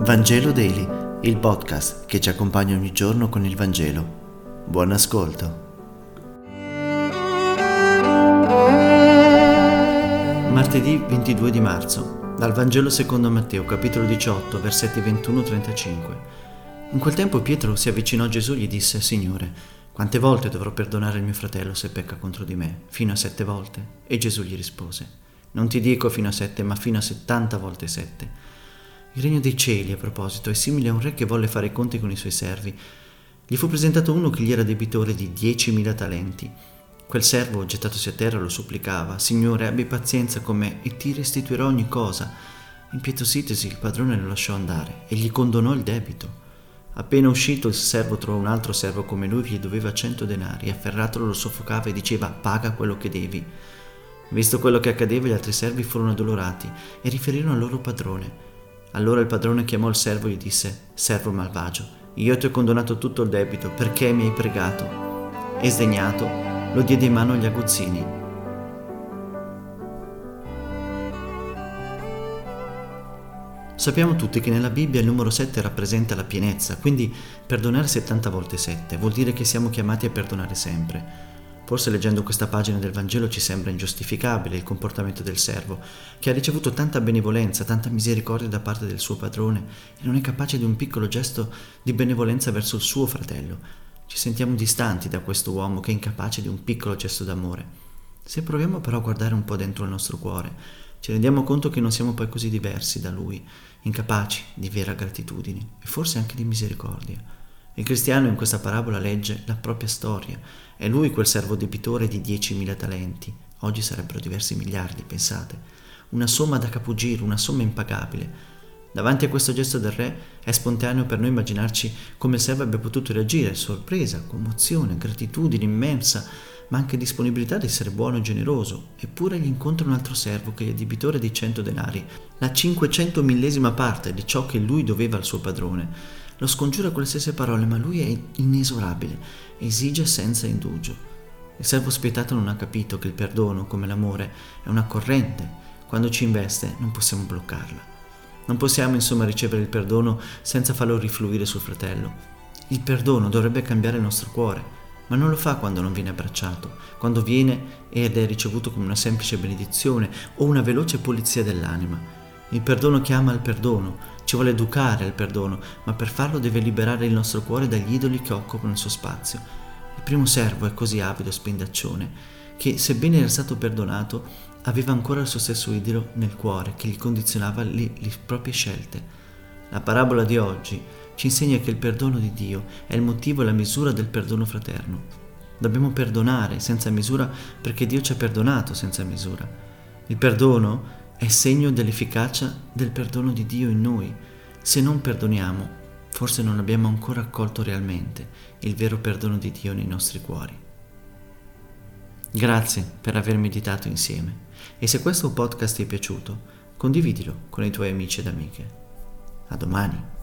Vangelo Daily, il podcast che ci accompagna ogni giorno con il Vangelo. Buon ascolto. Martedì 22 di marzo, dal Vangelo secondo Matteo, capitolo 18, versetti 21-35. In quel tempo Pietro si avvicinò a Gesù e gli disse: Signore, quante volte dovrò perdonare il mio fratello se pecca contro di me? Fino a 7 volte? E Gesù gli rispose: Non ti dico fino a 7, ma fino a 70 volte 7. Il regno dei cieli, a proposito, è simile a un re che volle fare i conti con i suoi servi. Gli fu presentato uno che gli era debitore di 10.000 talenti. Quel servo, gettatosi a terra, lo supplicava: Signore, abbi pazienza con me e ti restituirò ogni cosa. Impietositosi, il padrone lo lasciò andare e gli condonò il debito. Appena uscito, il servo trovò un altro servo come lui che gli doveva 100 denari e afferratolo lo soffocava e diceva: paga quello che devi. Visto quello che accadeva, gli altri servi furono addolorati e riferirono al loro padrone. Allora il padrone chiamò il servo e gli disse: Servo malvagio, io ti ho condonato tutto il debito perché mi hai pregato. E sdegnato lo diede in mano agli aguzzini. Sappiamo tutti che nella Bibbia il numero 7 rappresenta la pienezza, quindi perdonare 70 volte 7 vuol dire che siamo chiamati a perdonare sempre. Forse leggendo questa pagina del Vangelo ci sembra ingiustificabile il comportamento del servo, che ha ricevuto tanta benevolenza, tanta misericordia da parte del suo padrone e non è capace di un piccolo gesto di benevolenza verso il suo fratello. Ci sentiamo distanti da questo uomo che è incapace di un piccolo gesto d'amore. Se proviamo però a guardare un po' dentro il nostro cuore, ci rendiamo conto che non siamo poi così diversi da lui, incapaci di vera gratitudine e forse anche di misericordia. Il cristiano in questa parabola legge la propria storia. È lui quel servo debitore di 10.000 talenti. Oggi sarebbero diversi miliardi, pensate. Una somma da capogiro, una somma impagabile. Davanti a questo gesto del re è spontaneo per noi immaginarci come il servo abbia potuto reagire: sorpresa, commozione, gratitudine immensa, ma anche disponibilità ad essere buono e generoso. Eppure gli incontra un altro servo che è debitore di 100 denari, la 500.000ª parte di ciò che lui doveva al suo padrone. Lo scongiura con le stesse parole, ma lui è inesorabile, esige senza indugio. Il servo spietato non ha capito che il perdono, come l'amore, è una corrente. Quando ci investe non possiamo bloccarla. Non possiamo insomma ricevere il perdono senza farlo rifluire sul fratello. Il perdono dovrebbe cambiare il nostro cuore, ma non lo fa quando non viene abbracciato, quando viene ed è ricevuto come una semplice benedizione o una veloce pulizia dell'anima. Il perdono chiama al perdono, ci vuole educare al perdono, ma per farlo deve liberare il nostro cuore dagli idoli che occupano il suo spazio. Il primo servo è così avido e spendaccione che, sebbene era stato perdonato, aveva ancora il suo stesso idolo nel cuore che gli condizionava le proprie scelte. La parabola di oggi ci insegna che il perdono di Dio è il motivo e la misura del perdono fraterno. Dobbiamo perdonare senza misura perché Dio ci ha perdonato senza misura. Il perdono è segno dell'efficacia del perdono di Dio in noi. Se non perdoniamo, forse non abbiamo ancora accolto realmente il vero perdono di Dio nei nostri cuori. Grazie per aver meditato insieme e se questo podcast ti è piaciuto, condividilo con i tuoi amici ed amiche. A domani!